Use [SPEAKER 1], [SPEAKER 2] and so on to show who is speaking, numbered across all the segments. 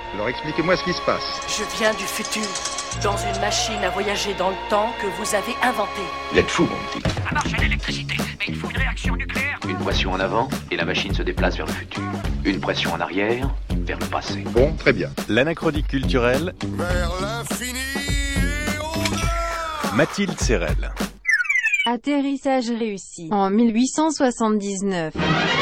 [SPEAKER 1] Alors expliquez-moi ce qui se passe.
[SPEAKER 2] Je viens du futur, dans une machine à voyager dans le temps que vous avez inventée.
[SPEAKER 3] Vous êtes fou, mon petit.
[SPEAKER 4] Ça marche à l'électricité, mais il faut une réaction nucléaire.
[SPEAKER 3] Une pression en avant et la machine se déplace vers le futur. Une pression en arrière vers le passé.
[SPEAKER 1] Bon, très bien.
[SPEAKER 5] L'anachronique culturelle.
[SPEAKER 6] Vers l'infini et au-delà.
[SPEAKER 5] Mathilde Serrel.
[SPEAKER 7] Atterrissage réussi en 1879.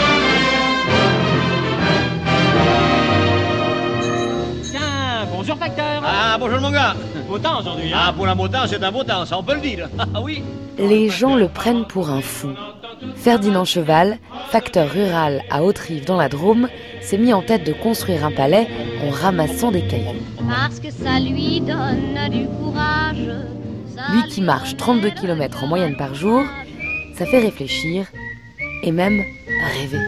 [SPEAKER 8] Bonjour facteur.
[SPEAKER 9] Ah bonjour mon gars.
[SPEAKER 8] Beau temps aujourd'hui, hein.
[SPEAKER 9] Ah pour un beau temps c'est un beau temps, ça on peut le dire. Ah oui.
[SPEAKER 10] Les gens le prennent pour un fou. Ferdinand Cheval, facteur rural à Haute-Rive dans la Drôme, s'est mis en tête de construire un palais en ramassant des cailloux.
[SPEAKER 11] Parce que ça lui donne du courage.
[SPEAKER 10] Lui qui marche 32 km en moyenne par jour, ça fait réfléchir et même rêver.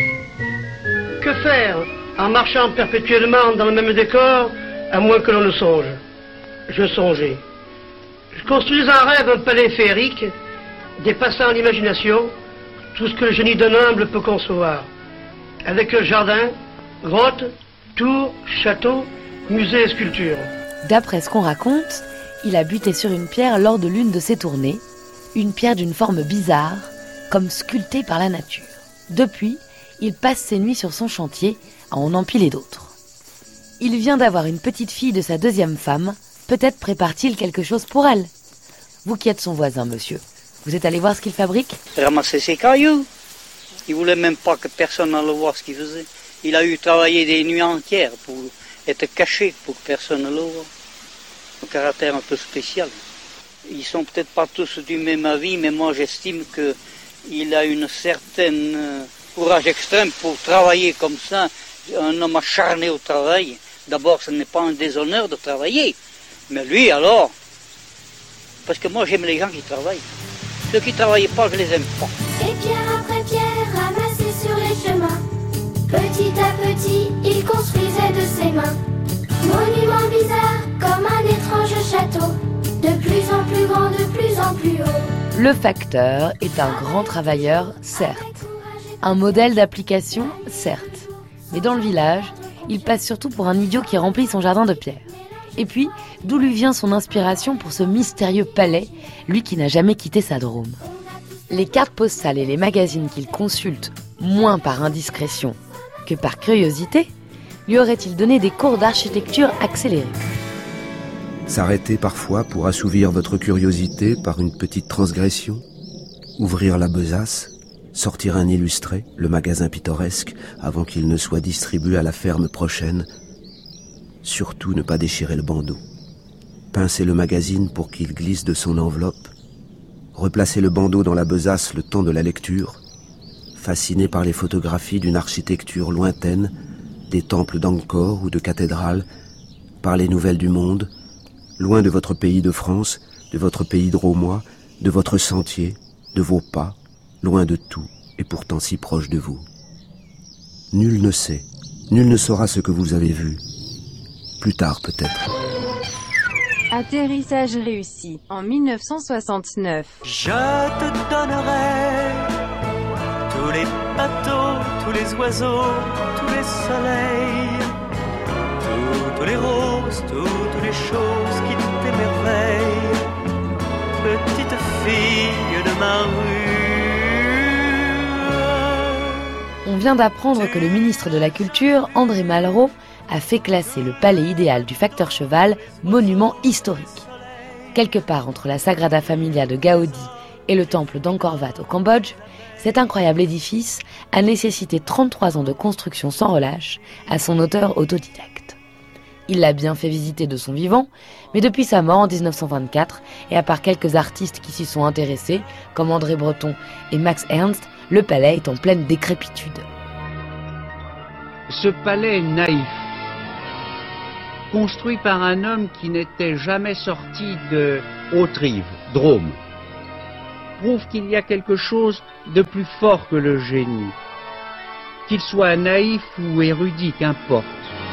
[SPEAKER 12] Que faire en marchant perpétuellement dans le même décor, à moins que l'on ne songe? Je songeais. Je construisais un rêve, un palais féerique, dépassant l'imagination, tout ce que le génie d'un humble peut concevoir. Avec jardin, grotte, tour, château, musée et sculpture.
[SPEAKER 10] D'après ce qu'on raconte, il a buté sur une pierre lors de l'une de ses tournées, une pierre d'une forme bizarre, comme sculptée par la nature. Depuis, il passe ses nuits sur son chantier à en empiler d'autres. Il vient d'avoir une petite fille de sa deuxième femme, peut-être prépare-t-il quelque chose pour elle. Vous qui êtes son voisin, monsieur, vous êtes allé voir ce qu'il fabrique?
[SPEAKER 13] Ramasser ses cailloux. Il voulait même pas que personne n'aille voir ce qu'il faisait. Il a eu travaillé des nuits entières pour être caché, pour que personne ne le voie. Un caractère un peu spécial. Ils sont peut-être pas tous du même avis, mais moi j'estime qu'il a une certaine courage extrême pour travailler comme ça. Un homme acharné au travail. D'abord, ce n'est pas un déshonneur de travailler. Mais lui, alors, parce que moi j'aime les gens qui travaillent. Ceux qui ne travaillent pas, je les aime pas.
[SPEAKER 11] Et pierre après pierre, ramassée sur les chemins. Petit à petit, il construisait de ses mains. Monument bizarre, comme un étrange château. De plus en plus grand, de plus en plus haut.
[SPEAKER 10] Le facteur est un grand travailleur, certes. Un modèle d'application, certes. Mais dans le village, il passe surtout pour un idiot qui remplit son jardin de pierre. Et puis, d'où lui vient son inspiration pour ce mystérieux palais, lui qui n'a jamais quitté sa Drôme? Les cartes postales et les magazines qu'il consulte, moins par indiscrétion que par curiosité, lui aurait-il donné des cours d'architecture accélérés?
[SPEAKER 14] S'arrêter parfois pour assouvir votre curiosité par une petite transgression? Ouvrir la besace? Sortir un illustré, le magasin pittoresque, avant qu'il ne soit distribué à la ferme prochaine? Surtout ne pas déchirer le bandeau. Pincer le magazine pour qu'il glisse de son enveloppe. Replacer le bandeau dans la besace le temps de la lecture. Fasciné par les photographies d'une architecture lointaine, des temples d'Angkor ou de cathédrales, par les nouvelles du monde, loin de votre pays de France, de votre pays drômois, de votre sentier, de vos pas, loin de tout, et pourtant si proche de vous. Nul ne sait, nul ne saura ce que vous avez vu. Plus tard peut-être.
[SPEAKER 7] Atterrissage réussi en 1969.
[SPEAKER 15] Je te donnerai tous les bateaux, tous les oiseaux, tous les soleils, toutes les roses, toutes les choses qui t'émerveillent, petite fille de ma rue.
[SPEAKER 10] On vient d'apprendre que le ministre de la Culture, André Malraux, a fait classer le palais idéal du facteur Cheval monument historique. Quelque part entre la Sagrada Familia de Gaudi et le temple d'Angkor Wat au Cambodge, cet incroyable édifice a nécessité 33 ans de construction sans relâche à son auteur autodidacte. Il l'a bien fait visiter de son vivant, mais depuis sa mort en 1924, et à part quelques artistes qui s'y sont intéressés, comme André Breton et Max Ernst, le palais est en pleine décrépitude.
[SPEAKER 16] Ce palais naïf, construit par un homme qui n'était jamais sorti de Haute-Rive, Drôme, prouve qu'il y a quelque chose de plus fort que le génie. Qu'il soit naïf ou érudit, qu'importe.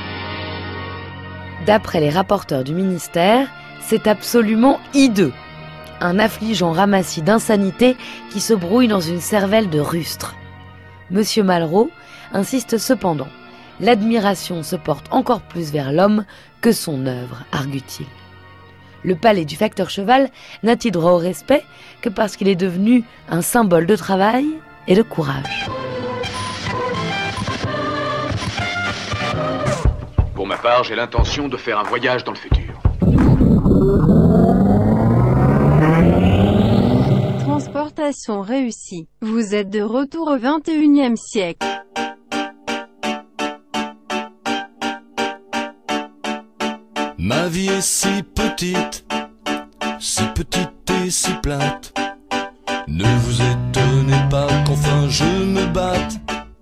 [SPEAKER 10] D'après les rapporteurs du ministère, c'est absolument hideux. Un affligeant ramassis d'insanité qui se brouille dans une cervelle de rustre. Monsieur Malraux insiste cependant. l'admiration se porte encore plus vers l'homme que son œuvre, argue-t-il. Le palais du facteur cheval n'a-t-il droit au respect que parce qu'il est devenu un symbole de travail et de courage.
[SPEAKER 3] Pour ma part, j'ai l'intention de faire un voyage dans le futur.
[SPEAKER 7] Transportation réussie. Vous êtes de retour au 21e siècle.
[SPEAKER 6] Ma vie est si petite et si plate. Ne vous étonnez pas qu'enfin je me batte.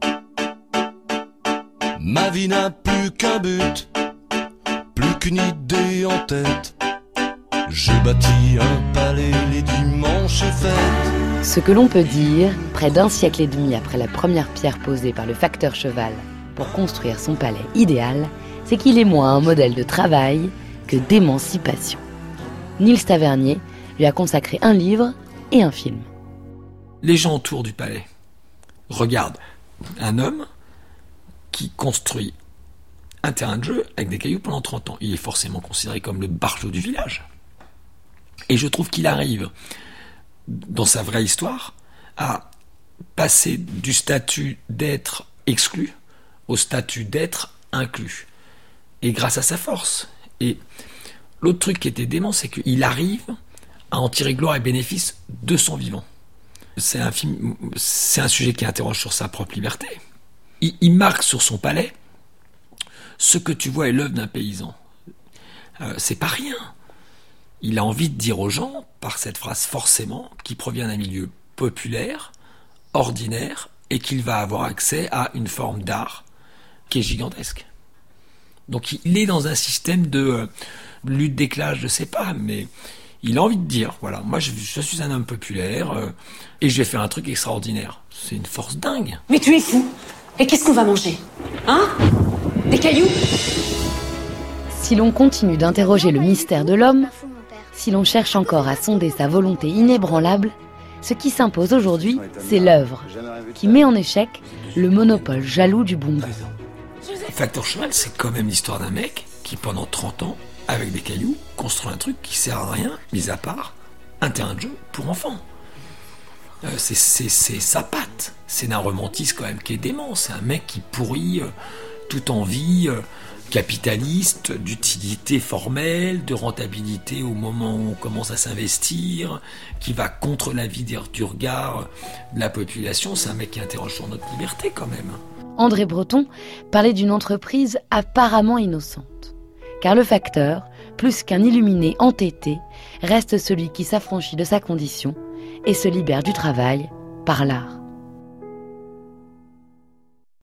[SPEAKER 6] Ma vie n'a plus qu'un but, plus qu'une idée en tête. Je bâtis un palais les dimanches et fêtes.
[SPEAKER 10] Ce que l'on peut dire, près d'un siècle et demi après la première pierre posée par le facteur cheval pour construire son palais idéal, c'est qu'il est moins un modèle de travail que d'émancipation. Niels Tavernier lui a consacré un livre et un film.
[SPEAKER 1] Les gens autour du palais regardent un homme qui construit un terrain de jeu avec des cailloux pendant 30 ans. Il est forcément considéré comme le barjot du village. Et je trouve qu'il arrive, dans sa vraie histoire, à passer du statut d'être exclu au statut d'être inclus. Et grâce à sa force. Et l'autre truc qui était dément, c'est qu'il arrive à en tirer gloire et bénéfice de son vivant. C'est un sujet qui interroge sur sa propre liberté. Il marque sur son palais ce que tu vois est l'œuvre d'un paysan. C'est pas rien. Il a envie de dire aux gens, par cette phrase forcément, qu'il provient d'un milieu populaire, ordinaire, et qu'il va avoir accès à une forme d'art qui est gigantesque. Donc il est dans un système de lutte des classes, je sais pas, mais il a envie de dire, voilà, moi je suis un homme populaire et je vais faire un truc extraordinaire. C'est une force dingue.
[SPEAKER 17] Mais tu es fou. Et qu'est-ce qu'on va manger? Hein? Des cailloux?
[SPEAKER 10] Si l'on continue d'interroger le mystère de l'homme, si l'on cherche encore à sonder sa volonté inébranlable, ce qui s'impose aujourd'hui, c'est l'œuvre, qui met en échec le monopole jaloux du bon goût.
[SPEAKER 1] Facteur cheval, c'est quand même l'histoire d'un mec qui, pendant 30 ans, avec des cailloux, construit un truc qui sert à rien, mis à part un terrain de jeu pour enfants. C'est sa patte. C'est d'un romantisme quand même qui est dément. C'est un mec qui pourrit toute envie capitaliste, d'utilité formelle, de rentabilité au moment où on commence à s'investir, qui va contre l'avis du regard de la population. C'est un mec qui interroge sur notre liberté quand même.
[SPEAKER 10] André Breton parlait d'une entreprise apparemment innocente. Car le facteur, plus qu'un illuminé entêté, reste celui qui s'affranchit de sa condition et se libère du travail par l'art.